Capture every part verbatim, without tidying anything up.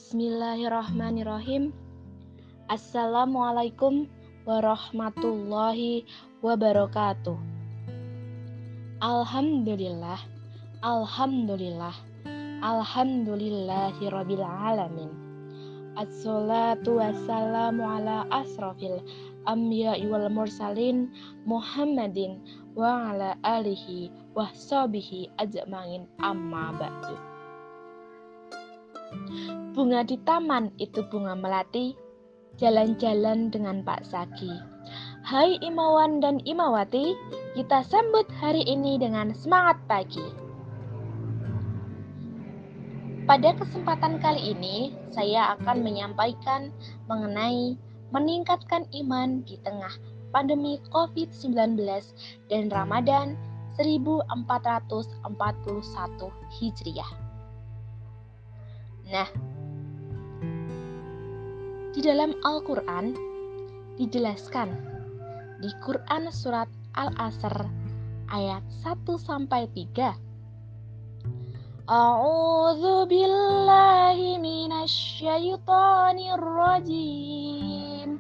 Bismillahirrahmanirrahim. Assalamualaikum warahmatullahi wabarakatuh. Alhamdulillah, Alhamdulillah, Alhamdulillahirabbil alamin. Assalatu wassalamu ala asrofil anbiya'i wal mursalin Muhammadin wa ala alihi wa sahbihi ajmain, amma ba'du. Bunga di taman itu bunga melati, jalan-jalan dengan Pak Sagi. Hai Imawan dan Imawati, kita sambut hari ini dengan semangat pagi. Pada kesempatan kali ini, saya akan menyampaikan mengenai meningkatkan iman di tengah pandemi covid sembilan belas dan Ramadan seribu empat ratus empat puluh satu Hijriah. Nah, di dalam Al-Quran dijelaskan di Quran surat Al-Asr ayat satu sampai tiga. A'udzu billahi minasy syaithanir rajim.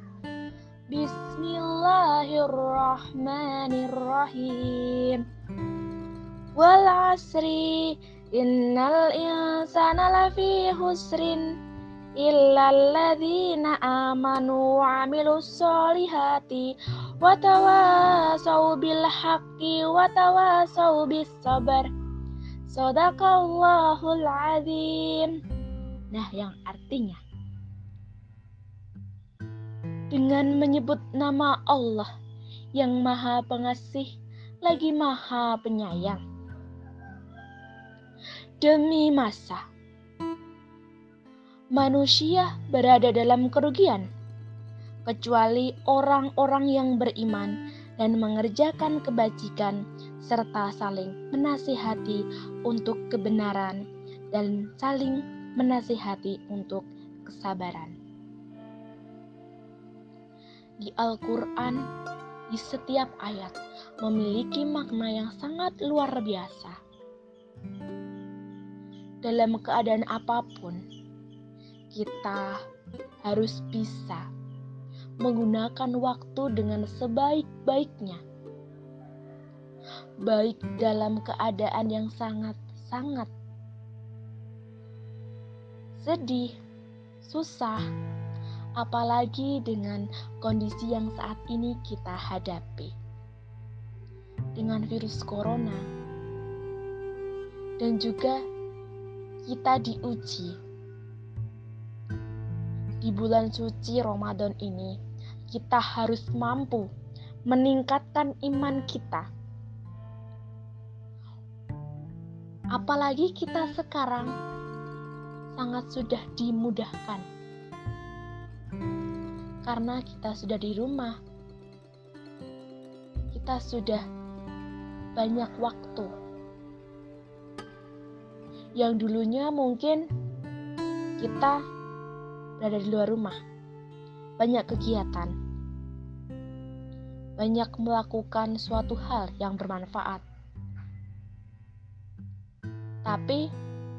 Bismillahirrahmanirrahim. Wal 'asri innal insana lafi khusrin illal ladzina amanu wa 'amilus solihati wa tawasau bil haqqi wa tawasau bis sabr. Shadaqallahul azim. Nah, yang artinya dengan menyebut nama Allah yang Maha Pengasih lagi Maha Penyayang, demi masa manusia berada dalam kerugian, kecuali orang-orang yang beriman dan mengerjakan kebajikan serta saling menasihati untuk kebenaran dan saling menasihati untuk kesabaran. Di Al-Quran, di setiap ayat memiliki makna yang sangat luar biasa. Dalam keadaan apapun, kita harus bisa menggunakan waktu dengan sebaik-baiknya, baik dalam keadaan yang sangat-sangat sedih, susah, apalagi dengan kondisi yang saat ini kita hadapi dengan virus corona, dan juga kita diuji di bulan suci Ramadan ini. Kita harus mampu meningkatkan iman kita. Apalagi kita sekarang sangat sudah dimudahkan karena kita sudah di rumah. Kita sudah banyak waktu. Yang dulunya mungkin kita berada di luar rumah, banyak kegiatan, banyak melakukan suatu hal yang bermanfaat. Tapi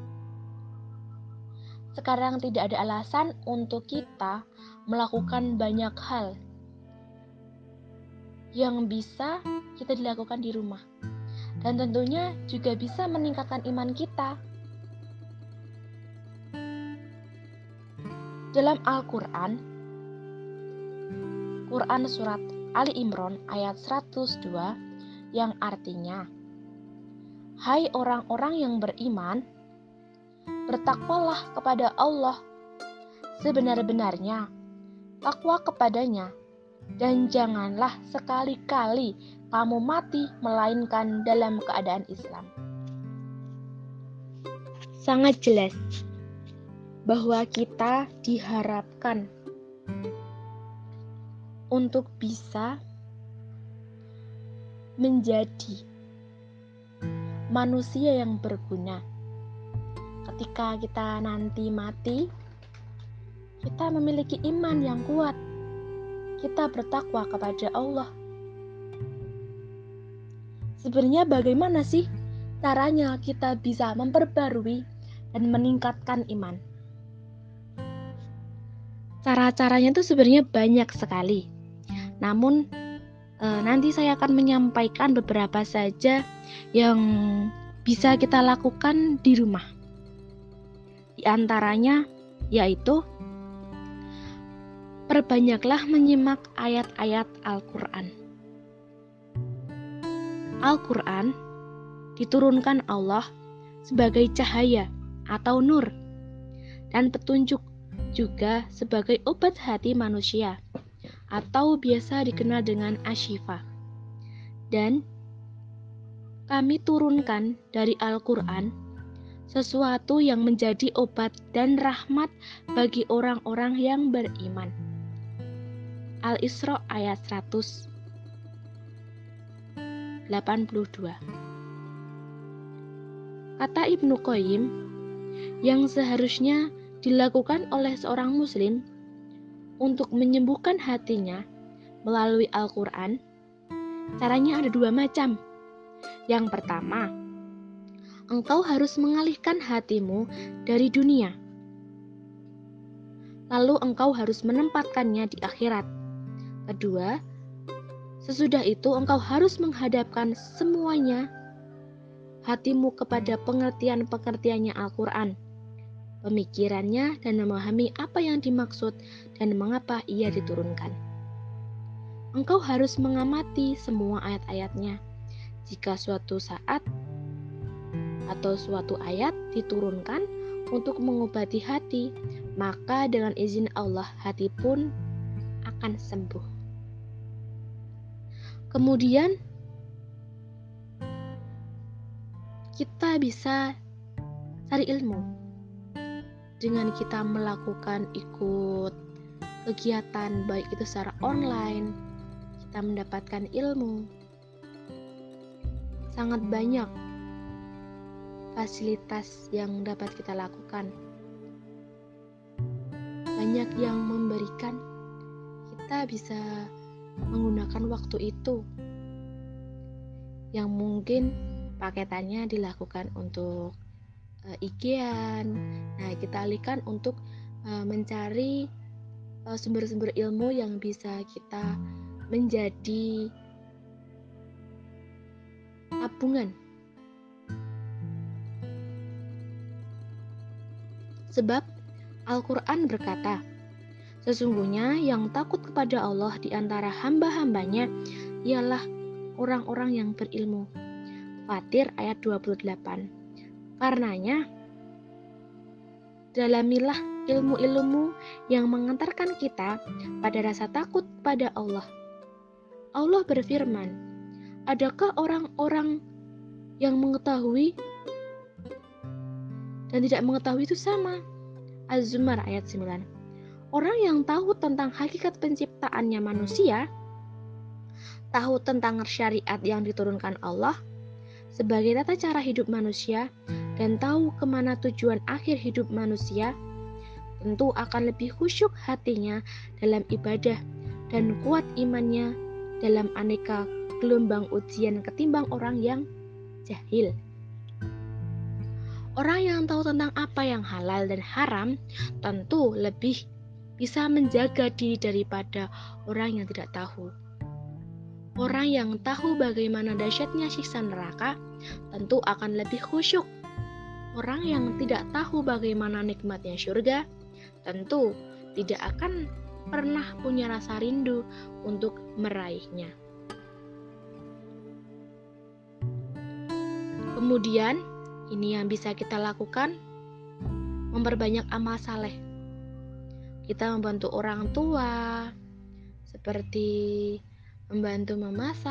sekarang tidak ada alasan untuk kita melakukan banyak hal yang bisa kita dilakukan di rumah, dan tentunya juga bisa meningkatkan iman kita. Dalam Al-Quran, Quran surat Ali Imran ayat seratus dua, yang artinya, hai orang-orang yang beriman, bertakwalah kepada Allah sebenar-benarnya takwa kepadanya, dan janganlah sekali-kali kamu mati melainkan dalam keadaan Islam. Sangat jelas bahwa kita diharapkan untuk bisa menjadi manusia yang berguna. Ketika kita nanti mati, kita memiliki iman yang kuat. Kita bertakwa kepada Allah. Sebenarnya bagaimana sih caranya kita bisa memperbarui dan meningkatkan iman? Cara-caranya itu sebenarnya banyak sekali. Namun e, nanti saya akan menyampaikan beberapa saja yang bisa kita lakukan di rumah. Di antaranya yaitu perbanyaklah menyimak ayat-ayat Al-Quran. Al-Quran diturunkan Allah sebagai cahaya atau nur dan petunjuk, juga sebagai obat hati manusia atau biasa dikenal dengan asyifa. Dan kami turunkan dari Al-Quran sesuatu yang menjadi obat dan rahmat bagi orang-orang yang beriman. Al-Isra ayat seratus delapan puluh dua. Kata Ibnu Qayyim, yang seharusnya dilakukan oleh seorang muslim untuk menyembuhkan hatinya melalui Al-Quran, caranya ada dua macam. Yang pertama, engkau harus mengalihkan hatimu dari dunia. Lalu engkau harus menempatkannya di akhirat. Kedua, sesudah itu engkau harus menghadapkan semuanya hatimu kepada pengertian-pengertiannya Al-Quran, pemikirannya, dan memahami apa yang dimaksud dan mengapa ia diturunkan. Engkau harus mengamati semua ayat-ayatnya. Jika suatu saat atau suatu ayat diturunkan untuk mengobati hati, maka dengan izin Allah hati pun akan sembuh. Kemudian kita bisa cari ilmu dengan kita melakukan ikut kegiatan, baik itu secara online, kita mendapatkan ilmu. Sangat banyak fasilitas yang dapat kita lakukan. Banyak yang memberikan, kita bisa menggunakan waktu itu yang mungkin paketannya dilakukan untuk uh, I G-an. Nah, kita alihkan untuk uh, mencari uh, sumber-sumber ilmu yang bisa kita menjadi tabungan. Sebab Al-Quran berkata, sesungguhnya yang takut kepada Allah di antara hamba-hambanya ialah orang-orang yang berilmu. Fatir ayat dua puluh delapan. Karenanya, dalamilah ilmu-ilmu yang mengantarkan kita pada rasa takut pada Allah. Allah berfirman, adakah orang-orang yang mengetahui dan tidak mengetahui itu sama? Az-Zumar ayat sembilan. Orang yang tahu tentang hakikat penciptaannya manusia, tahu tentang syariat yang diturunkan Allah sebagai tata cara hidup manusia, dan tahu kemana tujuan akhir hidup manusia, tentu akan lebih khusyuk hatinya dalam ibadah dan kuat imannya dalam aneka gelombang ujian ketimbang orang yang jahil. Orang yang tahu tentang apa yang halal dan haram tentu lebih bisa menjaga diri daripada orang yang tidak tahu. Orang yang tahu bagaimana dahsyatnya siksa neraka tentu akan lebih khusyuk. Orang yang tidak tahu bagaimana nikmatnya surga tentu tidak akan pernah punya rasa rindu untuk meraihnya. Kemudian, ini yang bisa kita lakukan, memperbanyak amal saleh. Kita membantu orang tua, seperti membantu memasak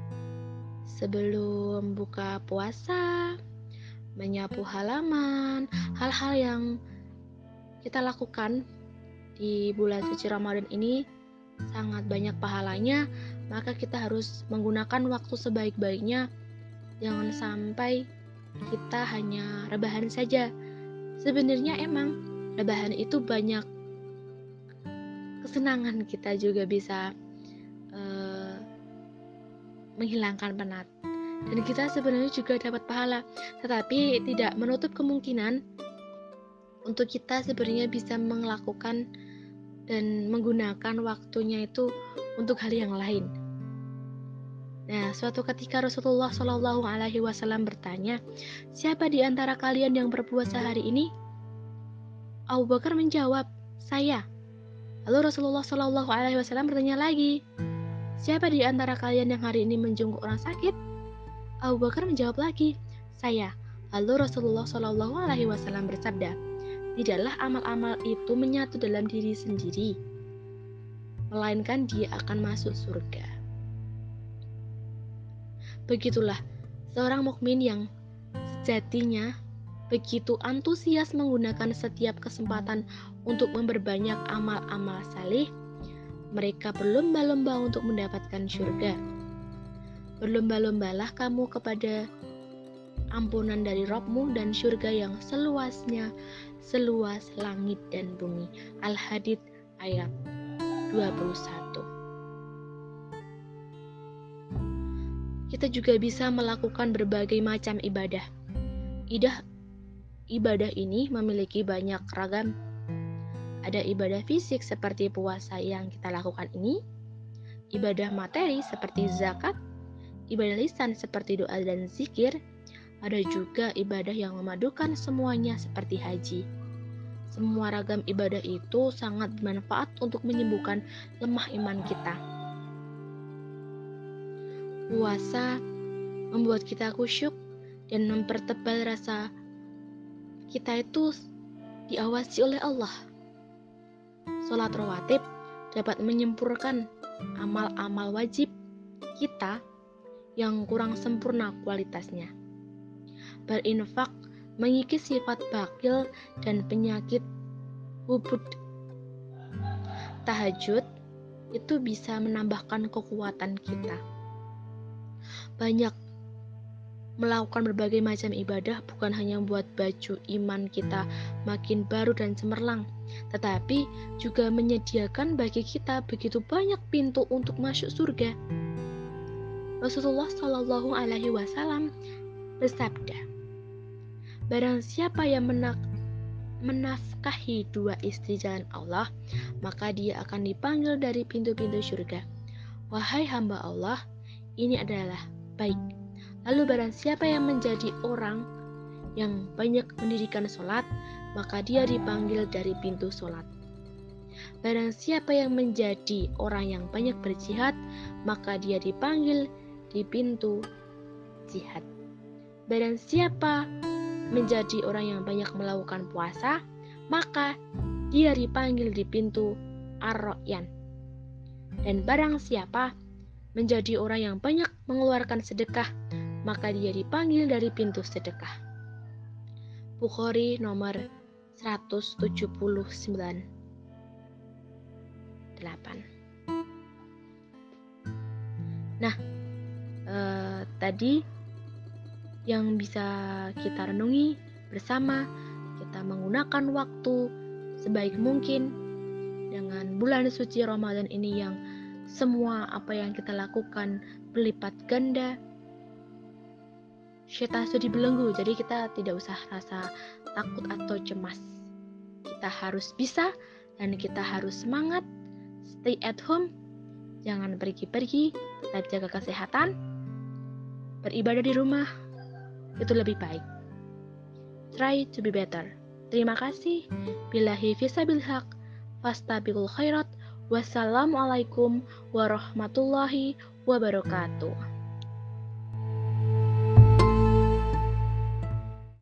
sebelum buka puasa, menyapu halaman, hal-hal yang kita lakukan di bulan suci Ramadan ini sangat banyak pahalanya, maka kita harus menggunakan waktu sebaik-baiknya. Jangan sampai kita hanya rebahan saja. Sebenarnya emang rebahan itu banyak kesenangan, kita juga bisa uh, menghilangkan penat, dan kita sebenarnya juga dapat pahala, tetapi tidak menutup kemungkinan untuk kita sebenarnya bisa melakukan dan menggunakan waktunya itu untuk hal yang lain. Nah, suatu ketika Rasulullah Shallallahu Alaihi Wasallam bertanya, siapa di antara kalian yang berpuasa hari ini? Abu Bakar menjawab, saya. Lalu Rasulullah Shallallahu Alaihi Wasallam bertanya lagi, siapa di antara kalian yang hari ini menjenguk orang sakit? Abu Bakar menjawab lagi, saya. Lalu Rasulullah Shallallahu Alaihi Wasallam bersabda, tidaklah amal-amal itu menyatu dalam diri sendiri, melainkan dia akan masuk surga. Begitulah seorang mukmin yang sejatinya begitu antusias menggunakan setiap kesempatan untuk memperbanyak amal-amal saleh. Mereka berlomba-lomba untuk mendapatkan surga. Berlomba-lombalah kamu kepada ampunan dari Rabb-mu dan surga yang seluasnya seluas langit dan bumi. Al-Hadid ayat dua puluh satu. Kita juga bisa melakukan berbagai macam ibadah. Idah, ibadah ini memiliki banyak ragam. Ada ibadah fisik seperti puasa yang kita lakukan ini, ibadah materi seperti zakat, ibadah lisan seperti doa dan zikir, ada juga ibadah yang memadukan semuanya seperti haji. Semua ragam ibadah itu sangat bermanfaat untuk menyembuhkan lemah iman kita. Puasa membuat kita khusyuk dan mempertebal rasa kita itu diawasi oleh Allah. Sholat rawatib dapat menyempurnakan amal-amal wajib kita yang kurang sempurna kualitasnya. Berinfak mengikis sifat bakil dan penyakit hubud. Tahajud itu bisa menambahkan kekuatan kita. Banyak melakukan berbagai macam ibadah bukan hanya membuat baju iman kita makin baru dan cemerlang, tetapi juga menyediakan bagi kita begitu banyak pintu untuk masuk surga. Rasulullah Shallallahu Alaihi Wasallam bersabda, barang siapa yang menak menafkahi dua istri jalan Allah, maka dia akan dipanggil dari pintu-pintu surga. Wahai hamba Allah, ini adalah baik. Lalu barang siapa yang menjadi orang yang banyak mendirikan sholat, maka dia dipanggil dari pintu sholat. Barang siapa yang menjadi orang yang banyak berjihad, maka dia dipanggil di pintu jihad. Barang siapa menjadi orang yang banyak melakukan puasa, maka dia dipanggil di pintu Ar-Rayyan. Dan barang siapa menjadi orang yang banyak mengeluarkan sedekah, maka dia dipanggil dari pintu sedekah. Bukhari nomor seratus tujuh puluh sembilan. delapan. Nah, eh, tadi yang bisa kita renungi bersama, kita menggunakan waktu sebaik mungkin dengan bulan suci Ramadan ini yang semua apa yang kita lakukan berlipat ganda. Syaitan sudah dibelenggu, jadi kita tidak usah rasa takut atau cemas. Kita harus bisa dan kita harus semangat. Stay at home, jangan pergi-pergi, tetap jaga kesehatan. Beribadah di rumah itu lebih baik. Try to be better. Terima kasih. Billahi fisabil haq, fastabiqul khairat. Wassalamualaikum warahmatullahi wabarakatuh.